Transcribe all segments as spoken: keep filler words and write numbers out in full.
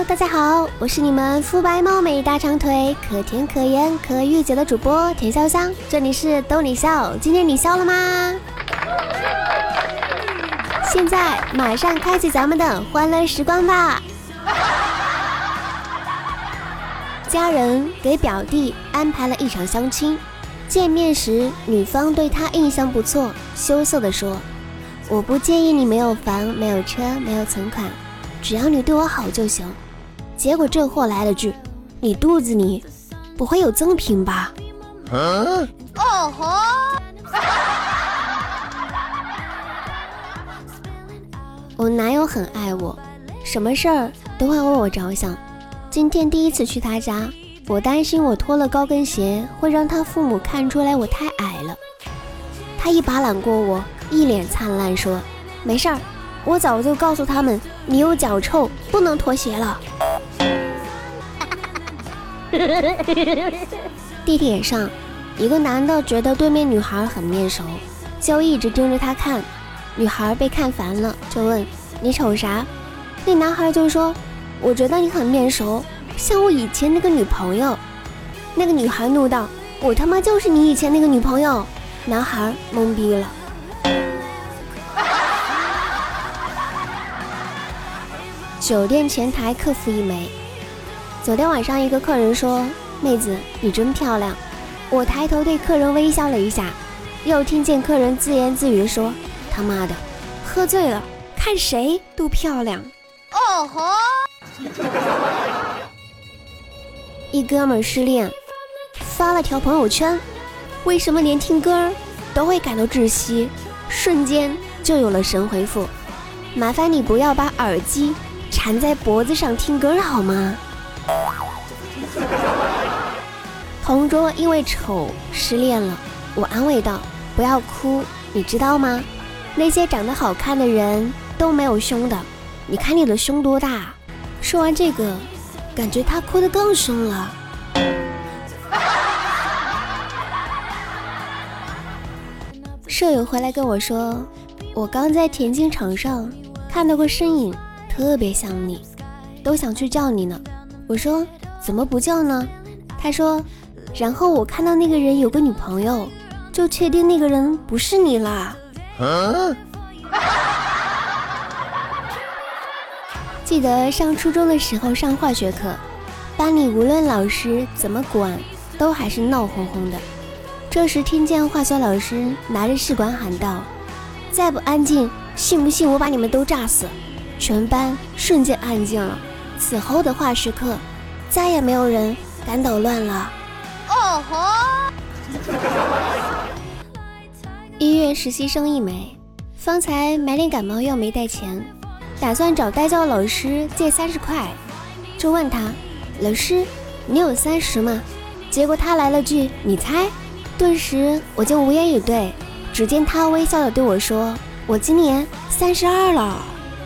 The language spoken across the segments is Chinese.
大家好，我是你们肤白貌美大长腿可甜可盐可御姐的主播田潇湘，这里是逗你笑，今天你笑了吗？现在马上开启咱们的欢乐时光吧。家人给表弟安排了一场相亲，见面时女方对他印象不错，羞涩地说，我不介意你没有房没有车没有存款，只要你对我好就行。结果这货来了句，你肚子里不会有赠品吧？哦吼！我男友很爱我，什么事儿都会为我着想。今天第一次去他家，我担心我脱了高跟鞋会让他父母看出来我太矮了。他一把揽过我，一脸灿烂说，没事儿，我早就告诉他们你有脚臭不能脱鞋了。地铁上，一个男的觉得对面女孩很面熟，就一直盯着她看。女孩被看烦了，就问你瞅啥？那男孩就说，我觉得你很面熟，像我以前那个女朋友。那个女孩怒道，我他妈就是你以前那个女朋友。男孩懵逼了。酒店前台客服一枚，昨天晚上一个客人说，妹子你真漂亮。我抬头对客人微笑了一下，又听见客人自言自语说，他妈的喝醉了看谁都漂亮。哦吼！一哥们失恋发了条朋友圈，为什么连听歌都会感到窒息？瞬间就有了神回复，麻烦你不要把耳机缠在脖子上听歌好吗？同桌因为丑失恋了，我安慰道，不要哭，你知道吗？那些长得好看的人都没有胸的，你看你的胸多大。说完这个，感觉他哭得更凶了。舍友回来跟我说，我刚在田径场上看到个身影，特别像你，都想去叫你呢。我说怎么不叫呢？他说，然后我看到那个人有个女朋友，就确定那个人不是你啦。啊、记得上初中的时候上化学课，班里无论老师怎么管都还是闹哄哄的。这时听见化学老师拿着试管喊道，再不安静信不信我把你们都炸死。全班瞬间安静了，此后的化学课再也没有人敢捣乱了。哦吼！医院实习生一枚，方才买点感冒药没带钱，打算找代教老师借三十块，就问他，老师你有三十吗？结果他来了句，你猜？顿时我就无言以对，只见他微笑地对我说，我今年三十二了。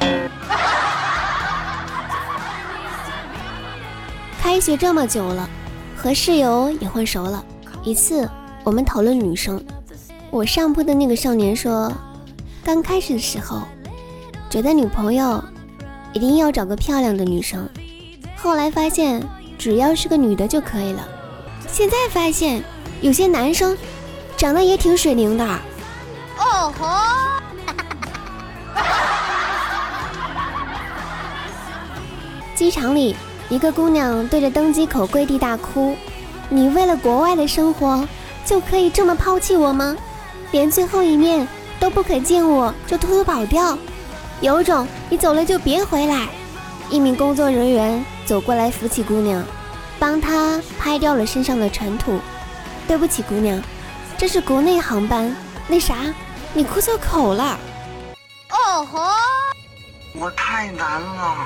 开学这么久了，和室友也混熟了。一次我们讨论女生，我上铺的那个少年说，刚开始的时候觉得女朋友一定要找个漂亮的女生，后来发现只要是个女的就可以了，现在发现有些男生长得也挺水灵的。哦吼！机场里，一个姑娘对着登机口跪地大哭，你为了国外的生活就可以这么抛弃我吗？连最后一面都不肯见我就偷偷跑掉，有种你走了就别回来。一名工作人员走过来扶起姑娘，帮她拍掉了身上的尘土。对不起姑娘，这是国内航班，那啥你哭错口了。哦吼！ 我太难了。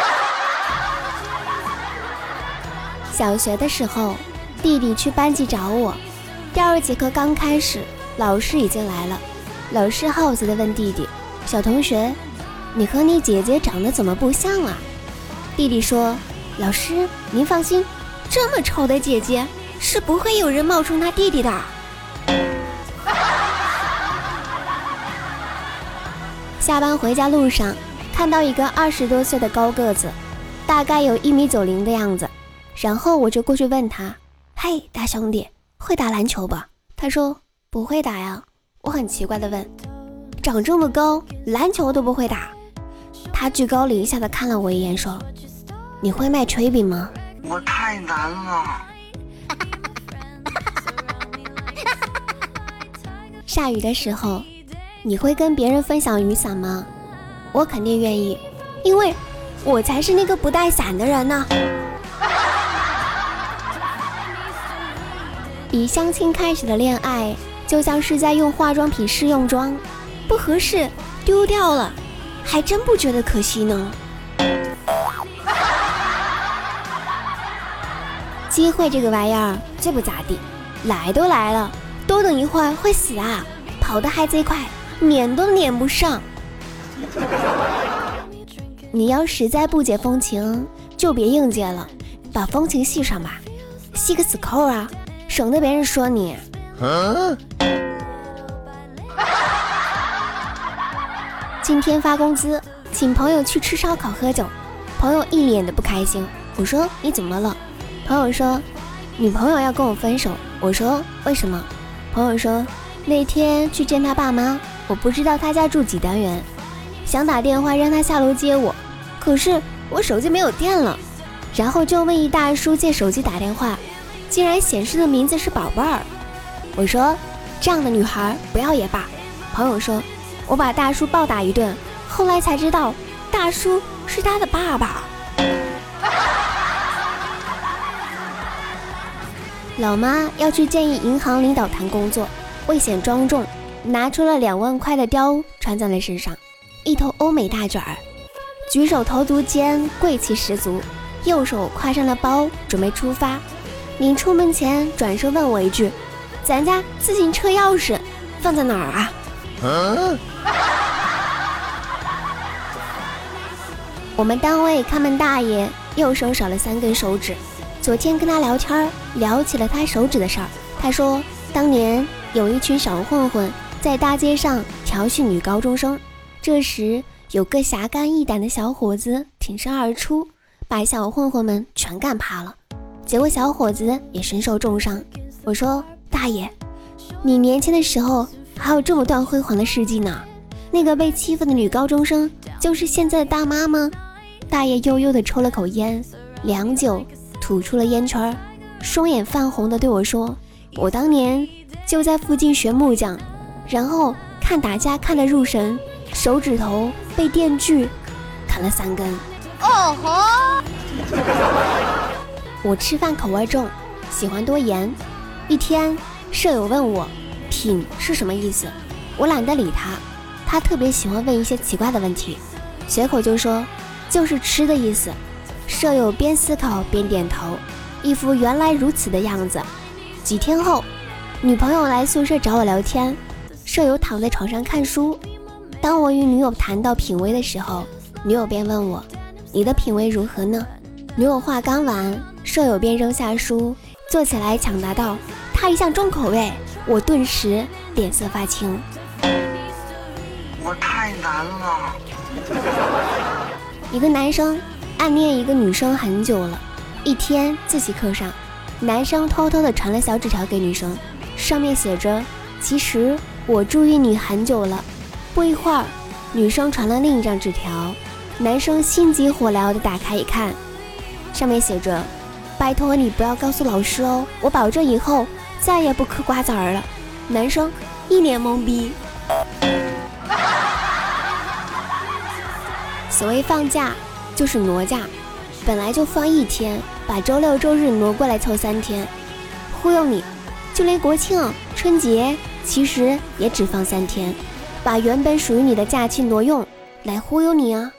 小学的时候，弟弟去班级找我，第二节课刚开始，老师已经来了。老师好奇地问弟弟，小同学，你和你姐姐长得怎么不像啊？弟弟说，老师您放心，这么丑的姐姐是不会有人冒充他弟弟的。下班回家路上，看到一个二十多岁的高个子，大大概有一米九零的样子。然后我就过去问他，嘿，大兄弟，会打篮球吧？他说不会打呀。我很奇怪的问，长这么高，篮球都不会打？他居高临下的看了我一眼，说，你会卖炊饼吗？ 我太难了。 下雨的时候，你会跟别人分享雨伞吗？我肯定愿意，因为我才是那个不带伞的人呢。比相亲开始的恋爱，就像是在用化妆品试用装，不合适丢掉了，还真不觉得可惜呢。机会这个玩意儿最不咋地，来都来了，多等一会儿会死啊，跑得还贼快，撵都撵不上。你要实在不解风情，就别应接了，把风情系上吧，系个死扣啊，省得别人说你。啊、今天发工资，请朋友去吃烧烤喝酒，朋友一脸的不开心。我说你怎么了？朋友说女朋友要跟我分手。我说为什么？朋友说那天去见他爸妈，我不知道他家住几单元，想打电话让他下楼接我，可是我手机没有电了，然后就问一大叔借手机打电话，竟然显示的名字是宝贝儿。我说这样的女孩不要也罢。朋友说我把大叔暴打一顿，后来才知道大叔是他的爸爸。老妈要去建议银行领导谈工作，为显庄重，拿出了两万块的貂穿在了身上，一头欧美大卷儿，举手投足间贵气十足，右手挎上了包准备出发。临出门前转身问我一句，咱家自行车钥匙放在哪儿啊？啊我们单位看门大爷右手少了三根手指，昨天跟他聊天，聊起了他手指的事儿。他说当年有一群小混混在大街上调戏女高中生，这时有个侠肝义胆的小伙子挺身而出，把小混混们全干趴了，结果小伙子也身受重伤。我说大爷，你年轻的时候还有这么段辉煌的事迹呢，那个被欺负的女高中生就是现在的大妈吗？大爷悠悠地抽了口烟，良久吐出了烟圈，双眼泛红地对我说，我当年就在附近学木匠，然后看打架看得入神，手指头被电锯砍了三根。哦吼！我吃饭口味重，喜欢多盐。一天舍友问我品是什么意思，我懒得理他，他特别喜欢问一些奇怪的问题，随口就说就是吃的意思。舍友边思考边点头，一副原来如此的样子。几天后，女朋友来宿舍找我聊天，舍友躺在床上看书。当我与女友谈到品味的时候，女友便问我，你的品味如何呢？女友话刚完，舍友便扔下书，坐起来抢答道，他一向重口味。我顿时脸色发青。 我太难了。 一个男生暗恋一个女生很久了，一天自习课上，男生偷偷地传了小纸条给女生，上面写着，其实我注意你很久了。不一会儿，女生传了另一张纸条，男生心急火燎地打开一看，上面写着，拜托你不要告诉老师哦，我保证以后再也不嗑瓜子儿了。男生一脸懵逼。所谓放假就是挪假，本来就放一天，把周六周日挪过来凑三天，忽悠你。就连国庆春节其实也只放三天，把原本属于你的假期挪用来忽悠你啊。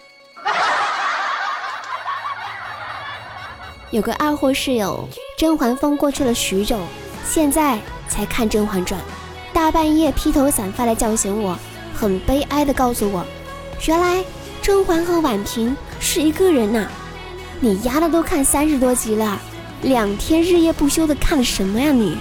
有个二货室友，甄嬛风过去了许久，现在才看《甄嬛传》，大半夜披头散发的叫醒我，很悲哀地告诉我，原来甄嬛和婉嫔是一个人呐、啊！你丫的都看三十多集了，两天日夜不休的看了什么呀你？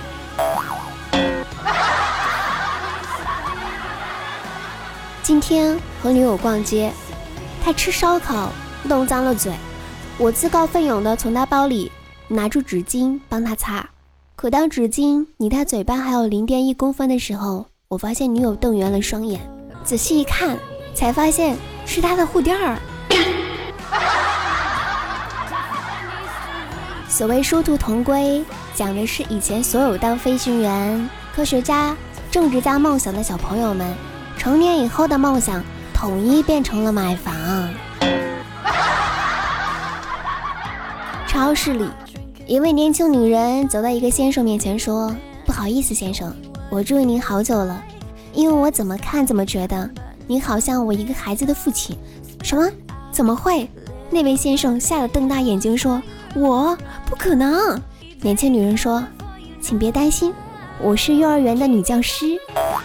今天和女友逛街，她吃烧烤弄脏了嘴， 我自告奋勇地从他包里拿出纸巾帮他擦，可当纸巾离他嘴巴还有 零点一 公分的时候，我发现女友瞪圆了双眼，仔细一看才发现是他的护垫儿。所谓殊途同归，讲的是以前所有当飞行员、科学家、政治家梦想的小朋友们，成年以后的梦想统一变成了买房。超市里，一位年轻女人走到一个先生面前说：“不好意思，先生，我注意您好久了，因为我怎么看怎么觉得你好像我一个孩子的父亲。”什么？怎么会？那位先生吓得瞪大眼睛说：“我不可能。”年轻女人说：“请别担心，我是幼儿园的女教师。”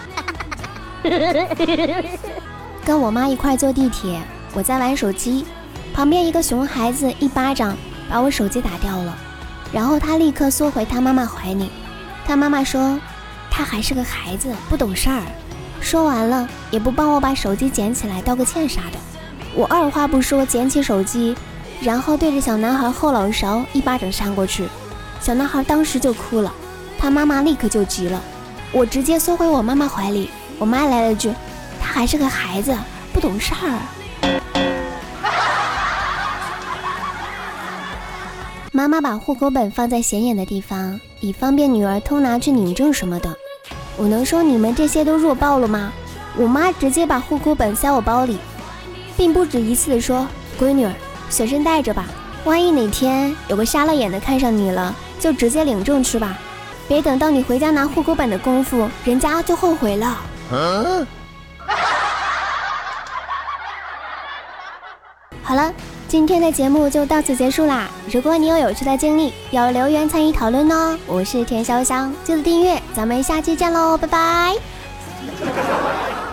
跟我妈一块坐地铁，我在玩手机，旁边一个熊孩子一巴掌把我手机打掉了，然后他立刻缩回他妈妈怀里。他妈妈说他还是个孩子，不懂事儿，说完了也不帮我把手机捡起来道个歉啥的。我二话不说捡起手机，然后对着小男孩后脑勺一巴掌扇过去，小男孩当时就哭了，他妈妈立刻就急了，我直接缩回我妈妈怀里，我妈来了句：“他还是个孩子，不懂事儿。”妈妈把户口本放在显眼的地方，以方便女儿偷拿去领证什么的。我能说你们这些都弱爆了吗？我妈直接把户口本塞我包里，并不止一次的说：“闺女儿，随身带着吧，万一哪天有个瞎了眼的看上你了，就直接领证去吧，别等到你回家拿户口本的功夫，人家就后悔了。啊”好了，今天的节目就到此结束啦。如果你有有趣的经历，要留言参与讨论哦。我是田潇湘，记得订阅，咱们下期见喽，拜拜。